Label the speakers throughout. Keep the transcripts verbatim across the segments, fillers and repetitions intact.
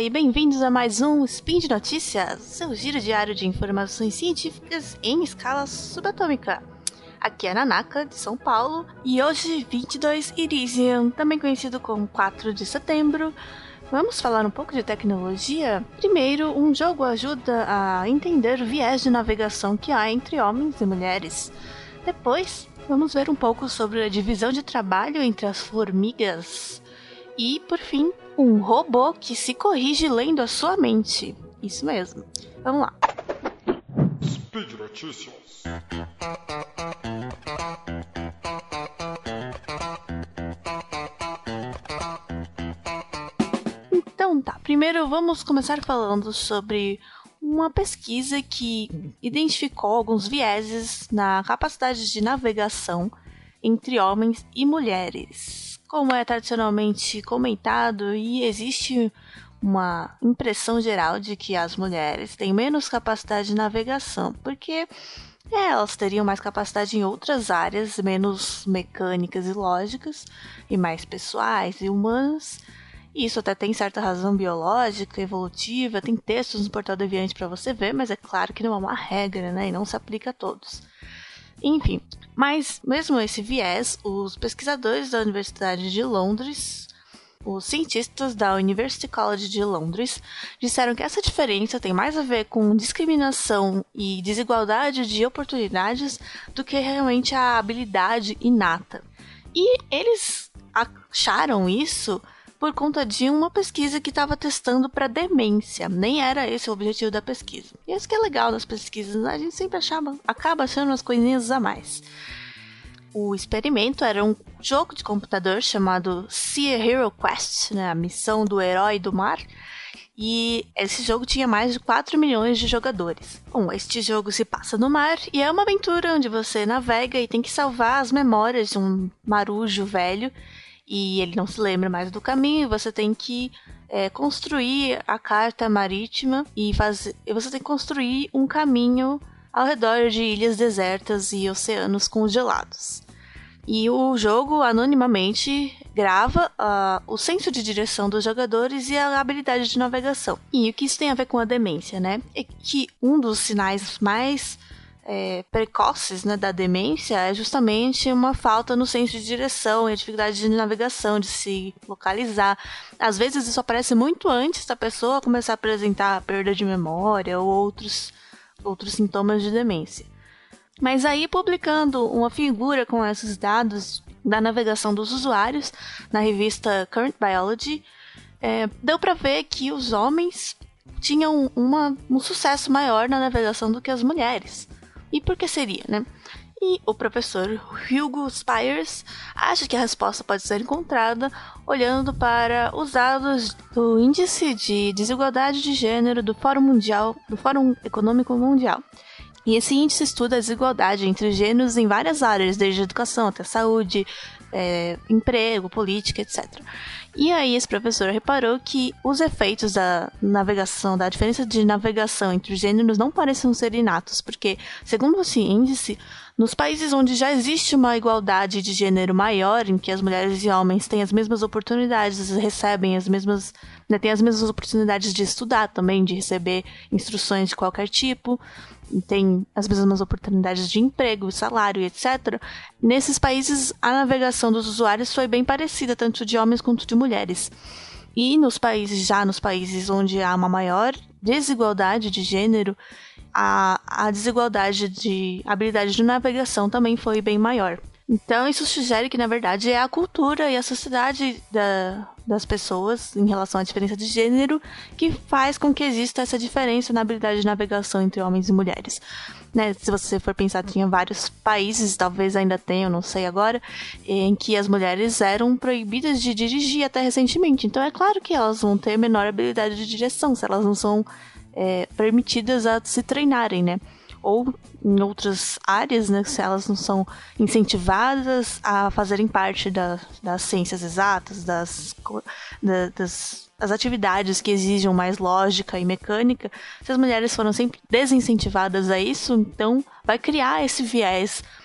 Speaker 1: e bem-vindos a mais um Spin de Notícias, seu giro diário de informações científicas em escala subatômica. Aqui é a Nanaka, de São Paulo, e hoje, vinte e dois Irisium, também conhecido como quatro de setembro, vamos falar um pouco de tecnologia. Primeiro, um jogo ajuda a entender o viés de navegação que há entre homens e mulheres. Depois, vamos ver um pouco sobre a divisão de trabalho entre as formigas. E, por fim, um robô que se corrige lendo a sua mente. Isso mesmo. Vamos lá.
Speaker 2: Speed Notícias.
Speaker 1: Então tá, primeiro vamos começar falando sobre uma pesquisa que identificou alguns vieses na capacidade de navegação entre homens e mulheres. Como é tradicionalmente comentado, e existe uma impressão geral de que as mulheres têm menos capacidade de navegação, porque é, elas teriam mais capacidade em outras áreas, menos mecânicas e lógicas, e mais pessoais e humanas. E isso até tem certa razão biológica, evolutiva, tem textos no Portal Deviante para você ver, mas é claro que não é uma regra, né, e não se aplica a todos. Enfim, mas mesmo esse viés, os pesquisadores da Universidade de Londres, os cientistas da University College de Londres, disseram que essa diferença tem mais a ver com discriminação e desigualdade de oportunidades do que realmente a habilidade inata. E eles acharam isso por conta de uma pesquisa que estava testando para demência. Nem era esse o objetivo da pesquisa. E isso que é legal das pesquisas, né? A gente sempre achava, acaba achando umas coisinhas a mais. O experimento era um jogo de computador chamado Sea Hero Quest, né? A missão do herói do mar. E esse jogo tinha mais de quatro milhões de jogadores. Bom, este jogo se passa no mar e é uma aventura onde você navega e tem que salvar as memórias de um marujo velho. E ele não se lembra mais do caminho, você tem que é, construir a carta marítima e, fazer, e você tem que construir um caminho ao redor de ilhas desertas e oceanos congelados. E o jogo, anonimamente, grava uh, o senso de direção dos jogadores e a habilidade de navegação. E o que isso tem a ver com a demência, né? É que um dos sinais mais É, precoces, né, da demência é justamente uma falta no senso de direção e a dificuldade de navegação, de se localizar. Às vezes isso aparece muito antes da pessoa começar a apresentar perda de memória ou outros, outros sintomas de demência. Mas aí, publicando uma figura com esses dados da navegação dos usuários na revista Current Biology, é, deu para ver que os homens tinham uma, um sucesso maior na navegação do que as mulheres. E por que seria, né? E o professor Hugo Spires acha que a resposta pode ser encontrada olhando para os dados do Índice de Desigualdade de Gênero do Fórum Mundial, do Fórum Econômico Mundial. E esse índice estuda a desigualdade entre gêneros em várias áreas, desde educação até saúde, é, emprego, política, etcétera. E aí esse professor reparou que os efeitos da navegação, da diferença de navegação entre os gêneros não parecem ser inatos, porque, segundo esse índice, nos países onde já existe uma igualdade de gênero maior, em que as mulheres e homens têm as mesmas oportunidades, recebem as mesmas, né, têm as mesmas oportunidades de estudar também, de receber instruções de qualquer tipo, tem as mesmas oportunidades de emprego, salário, etcétera. Nesses países, a navegação dos usuários foi bem parecida, tanto de homens quanto de mulheres. E nos países, já nos países onde há uma maior desigualdade de gênero, a, a desigualdade de habilidade de navegação também foi bem maior. Então, isso sugere que, na verdade, é a cultura e a sociedade da, das pessoas em relação à diferença de gênero que faz com que exista essa diferença na habilidade de navegação entre homens e mulheres. Né? Se você for pensar, tinha vários países, talvez ainda tenham, não sei agora, em que as mulheres eram proibidas de dirigir até recentemente. Então, é claro que elas vão ter menor habilidade de direção se elas não são é, permitidas a se treinarem, né? Ou em outras áreas, né, se elas não são incentivadas a fazerem parte da, das ciências exatas, das, da, das, das atividades que exijam mais lógica e mecânica, se as mulheres foram sempre desincentivadas a isso, então vai criar esse viés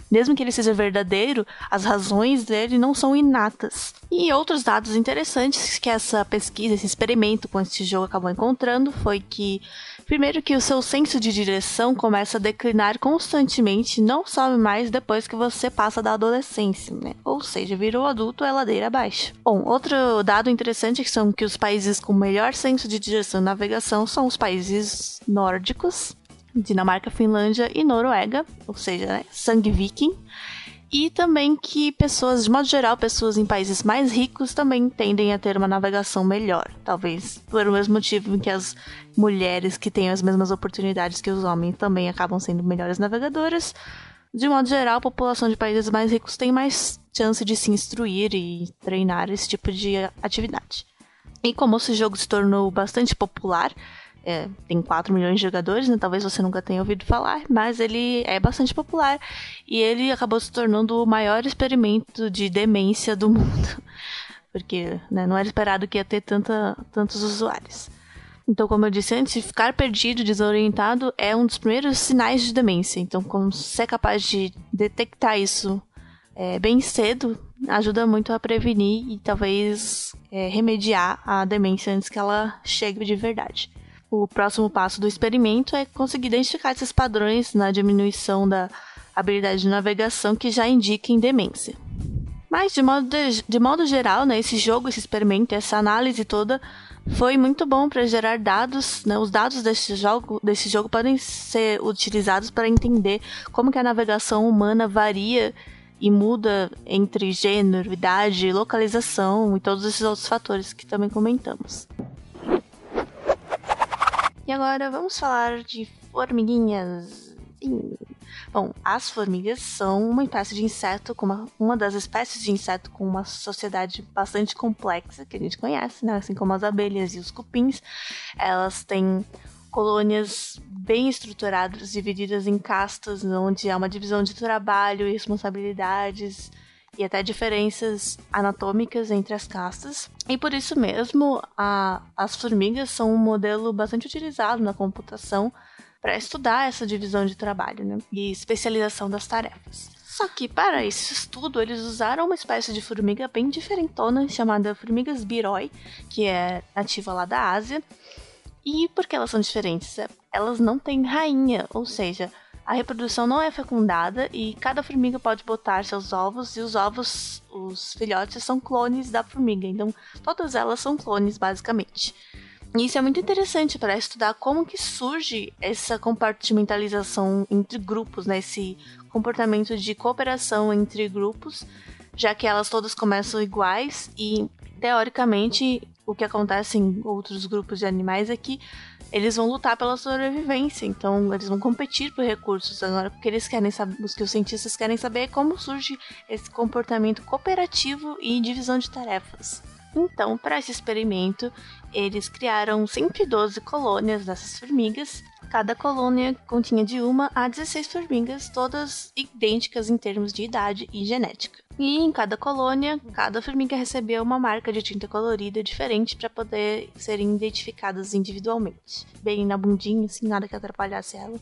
Speaker 1: mesmo que ele seja verdadeiro, as razões dele não são inatas. E outros dados interessantes que essa pesquisa, esse experimento com esse jogo acabou encontrando foi que, primeiro, que o seu senso de direção começa a declinar constantemente, não sobe mais depois que você passa da adolescência, né? Ou seja, virou adulto é ladeira abaixo. Bom, outro dado interessante é que são que os países com melhor senso de direção e navegação são os países nórdicos, Dinamarca, Finlândia e Noruega, ou seja, né, sangue viking. E também que pessoas, de modo geral, pessoas em países mais ricos também tendem a ter uma navegação melhor. Talvez por o mesmo motivo que as mulheres que têm as mesmas oportunidades que os homens também acabam sendo melhores navegadoras. De modo geral, a população de países mais ricos tem mais chance de se instruir e treinar esse tipo de atividade. E como esse jogo se tornou bastante popular, É, tem quatro milhões de jogadores, né? Talvez você nunca tenha ouvido falar, mas ele é bastante popular e ele acabou se tornando o maior experimento de demência do mundo, porque, né, não era esperado que ia ter tanta, tantos usuários. Então, como eu disse antes, ficar perdido, desorientado é um dos primeiros sinais de demência. Então, como você é capaz de detectar isso é, bem cedo, ajuda muito a prevenir e talvez é, remediar a demência antes que ela chegue de verdade. O próximo passo do experimento é conseguir identificar esses padrões na diminuição da habilidade de navegação que já indiquem demência. Mas, de modo, de, de modo geral, né, esse jogo, esse experimento, essa análise toda foi muito bom para gerar dados. Né, os dados desse jogo, desse jogo podem ser utilizados para entender como que a navegação humana varia e muda entre gênero, idade, localização e todos esses outros fatores que também comentamos. E agora vamos falar de formiguinhas. Bom, as formigas são uma espécie de inseto, com uma, uma das espécies de inseto com uma sociedade bastante complexa que a gente conhece, né? Assim como as abelhas e os cupins. Elas têm colônias bem estruturadas, divididas em castas, onde há uma divisão de trabalho e responsabilidades e até diferenças anatômicas entre as castas. E por isso mesmo, a, as formigas são um modelo bastante utilizado na computação para estudar essa divisão de trabalho, né, e especialização das tarefas. Só que para esse estudo, eles usaram uma espécie de formiga bem diferentona, chamada formigas biroi, que é nativa lá da Ásia. E por que elas são diferentes? Elas não têm rainha, ou seja, a reprodução não é fecundada e cada formiga pode botar seus ovos e os ovos, os filhotes, são clones da formiga. Então, todas elas são clones, basicamente. E isso é muito interessante para estudar como que surge essa compartimentalização entre grupos, né? Esse comportamento de cooperação entre grupos, já que elas todas começam iguais e, teoricamente, o que acontece em outros grupos de animais é que eles vão lutar pela sobrevivência, então eles vão competir por recursos. Agora, porque eles querem saber, os que os cientistas querem saber é como surge esse comportamento cooperativo e divisão de tarefas. Então, para esse experimento, eles criaram cento e doze colônias dessas formigas. Cada colônia continha de uma a dezesseis formigas, todas idênticas em termos de idade e genética. E em cada colônia, cada formiga recebeu uma marca de tinta colorida diferente para poder serem identificadas individualmente. Bem na bundinha, assim, nada que atrapalhasse ela.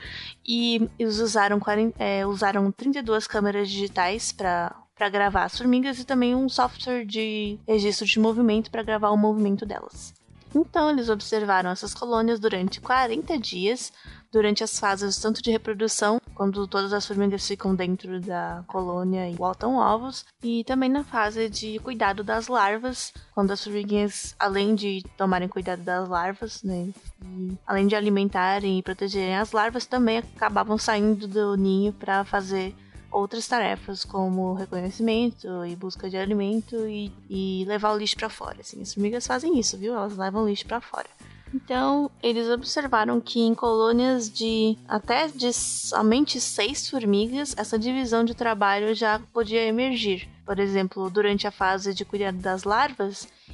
Speaker 1: E eles usaram, é, usaram trinta e duas câmeras digitais para para gravar as formigas e também um software de registro de movimento para gravar o movimento delas. Então, eles observaram essas colônias durante quarenta dias, durante as fases tanto de reprodução, quando todas as formigas ficam dentro da colônia e botam ovos, e também na fase de cuidado das larvas, quando as formiguinhas, além de tomarem cuidado das larvas, né, e além de alimentarem e protegerem as larvas, também acabavam saindo do ninho para fazer outras tarefas, como reconhecimento e busca de alimento e, e levar o lixo para fora. Assim, as formigas fazem isso, viu? Elas levam o lixo para fora. Então, eles observaram que em colônias de até de somente seis formigas, essa divisão de trabalho já podia emergir. Por exemplo, durante a fase de cuidado das larvas,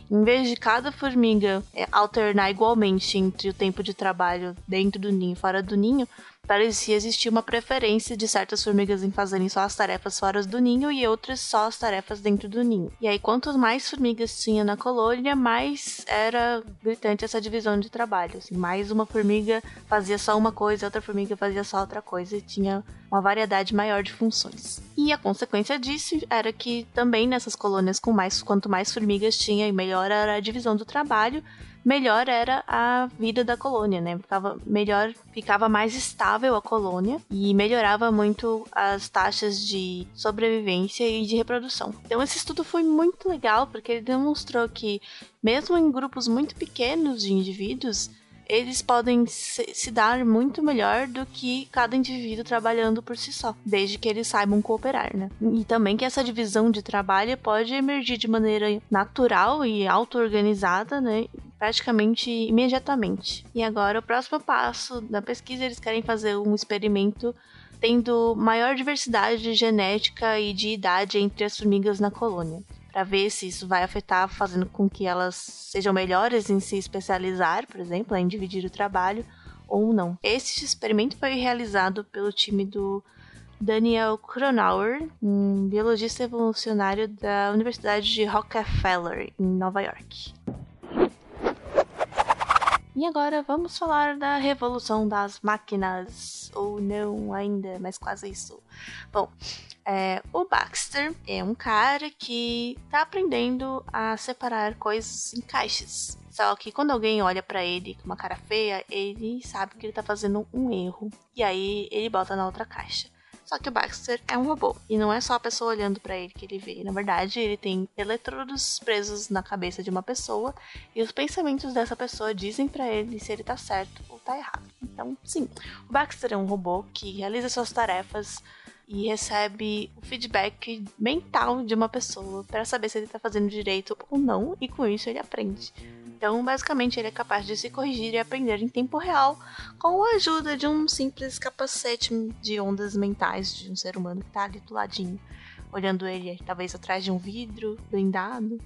Speaker 1: Em vez de cada formiga é, alternar igualmente entre o tempo de trabalho dentro do ninho e fora do ninho, parecia existir uma preferência de certas formigas em fazerem só as tarefas fora do ninho e outras só as tarefas dentro do ninho. E aí, quanto mais formigas tinha na colônia, mais era gritante essa divisão de trabalho. Assim, mais uma formiga fazia só uma coisa, outra formiga fazia só outra coisa, e tinha uma variedade maior de funções. E a consequência disso era que também nessas colônias, com mais, quanto mais formigas tinha, e melhor era a divisão do trabalho, melhor era a vida da colônia, né? Ficava melhor, ficava mais estável a colônia e melhorava muito as taxas de sobrevivência e de reprodução. Então esse estudo foi muito legal porque ele demonstrou que mesmo em grupos muito pequenos de indivíduos, eles podem se, se dar muito melhor do que cada indivíduo trabalhando por si só, desde que eles saibam cooperar, né? E também que essa divisão de trabalho pode emergir de maneira natural e auto-organizada, né? Praticamente imediatamente. E agora, o próximo passo da pesquisa, eles querem fazer um experimento tendo maior diversidade genética e de idade entre as formigas na colônia, para ver se isso vai afetar, fazendo com que elas sejam melhores em se especializar, por exemplo, em dividir o trabalho, ou não. Esse experimento foi realizado pelo time do Daniel Cronauer, um biologista evolucionário da Universidade de Rockefeller, em Nova York. E agora vamos falar da revolução das máquinas, ou não ainda, mas quase isso. Bom, é, o Baxter é um cara que tá aprendendo a separar coisas em caixas. Só que quando alguém olha pra ele com uma cara feia, ele sabe que ele tá fazendo um erro. E aí ele bota na outra caixa. Só que o Baxter é um robô. E não é só a pessoa olhando pra ele que ele vê. Na verdade, ele tem eletrodos presos na cabeça de uma pessoa. E os pensamentos dessa pessoa dizem pra ele se ele tá certo ou tá errado. Então, sim. O Baxter é um robô que realiza suas tarefas e recebe o feedback mental de uma pessoa para saber se ele tá fazendo direito ou não. E com isso ele aprende. Então, basicamente, ele é capaz de se corrigir e aprender em tempo real com a ajuda de um simples capacete de ondas mentais de um ser humano que tá ali do ladinho, olhando ele, talvez atrás de um vidro blindado.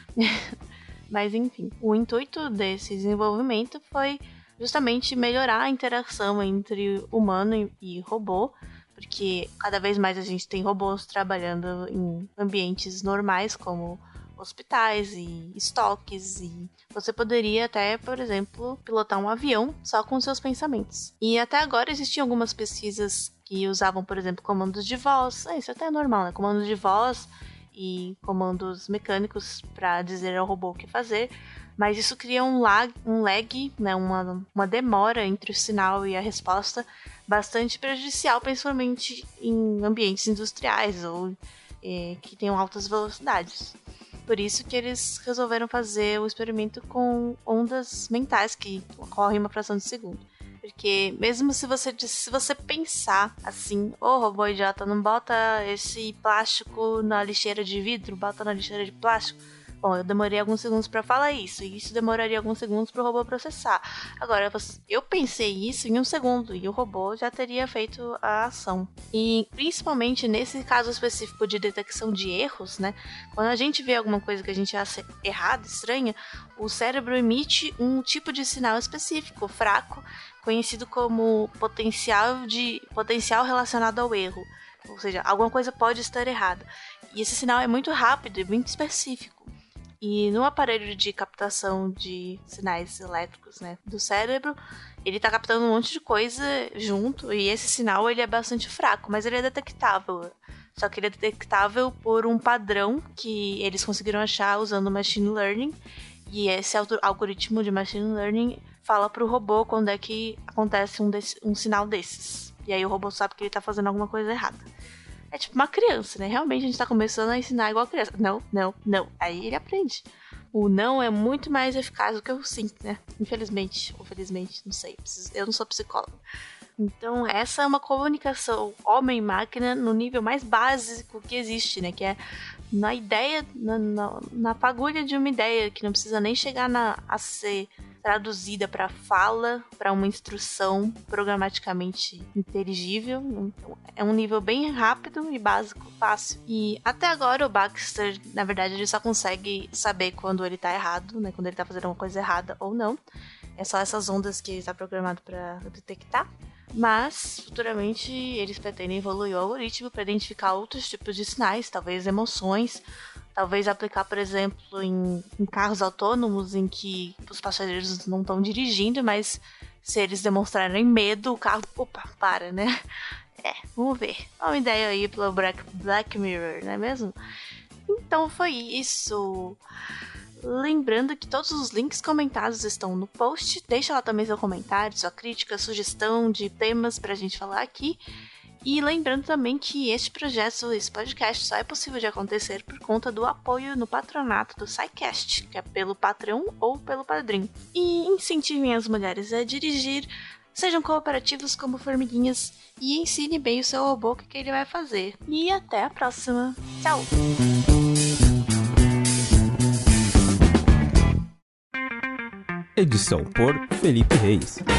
Speaker 1: Mas, enfim, o intuito desse desenvolvimento foi justamente melhorar a interação entre humano e robô, porque cada vez mais a gente tem robôs trabalhando em ambientes normais, como hospitais e estoques, e você poderia até, por exemplo, pilotar um avião só com seus pensamentos. E até agora existiam algumas pesquisas que usavam, por exemplo, comandos de voz. É, isso até é normal, né? Comandos de voz e comandos mecânicos para dizer ao robô o que fazer, mas isso cria um lag, um lag, né? uma, uma demora entre o sinal e a resposta bastante prejudicial, principalmente em ambientes industriais ou é, que tenham altas velocidades. Por isso que eles resolveram fazer o experimento com ondas mentais que ocorrem uma fração de segundo. Porque mesmo se você, se você pensar assim, ô oh, robô idiota, não bota esse plástico na lixeira de vidro, bota na lixeira de plástico. Bom, eu demorei alguns segundos para falar isso, e isso demoraria alguns segundos para o robô processar. Agora, eu pensei isso em um segundo, e o robô já teria feito a ação. E principalmente nesse caso específico de detecção de erros, né? Quando a gente vê alguma coisa que a gente acha errada, estranha, o cérebro emite um tipo de sinal específico, fraco, conhecido como potencial, de, potencial relacionado ao erro. Ou seja, alguma coisa pode estar errada. E esse sinal é muito rápido e muito específico. E no aparelho de captação de sinais elétricos, né, do cérebro, ele tá captando um monte de coisa junto, e esse sinal ele é bastante fraco, mas ele é detectável. Só que ele é detectável por um padrão que eles conseguiram achar usando machine learning, e esse algoritmo de machine learning fala pro robô quando é que acontece um, desse, um sinal desses. E aí o robô sabe que ele tá fazendo alguma coisa errada. É tipo uma criança, né? Realmente a gente tá começando a ensinar igual a criança. Não, não, não. Aí ele aprende. O não é muito mais eficaz do que o sim, né? Infelizmente, ou felizmente, não sei. Eu não sou psicóloga. Então, essa é uma comunicação homem-máquina no nível mais básico que existe, né? Que é na ideia, na, na, na fagulha de uma ideia, que não precisa nem chegar na, a ser traduzida para fala, para uma instrução programaticamente inteligível. Então, é um nível bem rápido e básico, fácil. E até agora o Baxter, na verdade, ele só consegue saber quando ele tá errado, né? Quando ele tá fazendo uma coisa errada ou não. É só essas ondas que ele está programado para detectar. Mas, futuramente, eles pretendem evoluir o algoritmo para identificar outros tipos de sinais, talvez emoções, talvez aplicar, por exemplo, em, em carros autônomos em que os passageiros não estão dirigindo, mas se eles demonstrarem medo, o carro, opa, para, né? É, vamos ver. É uma ideia aí pelo Black, Black Mirror, não é mesmo? Então foi isso. Lembrando que todos os links comentados estão no post. Deixa lá também seu comentário, sua crítica, sugestão de temas pra gente falar aqui. E lembrando também que este projeto, esse podcast, só é possível de acontecer por conta do apoio no patronato do SciCast, que é pelo Patreon ou pelo Padrim. E incentivem as mulheres a dirigir, sejam cooperativos como formiguinhas e ensine bem o seu robô o que ele vai fazer. E até a próxima. Tchau!
Speaker 3: Edição por Felipe Reis.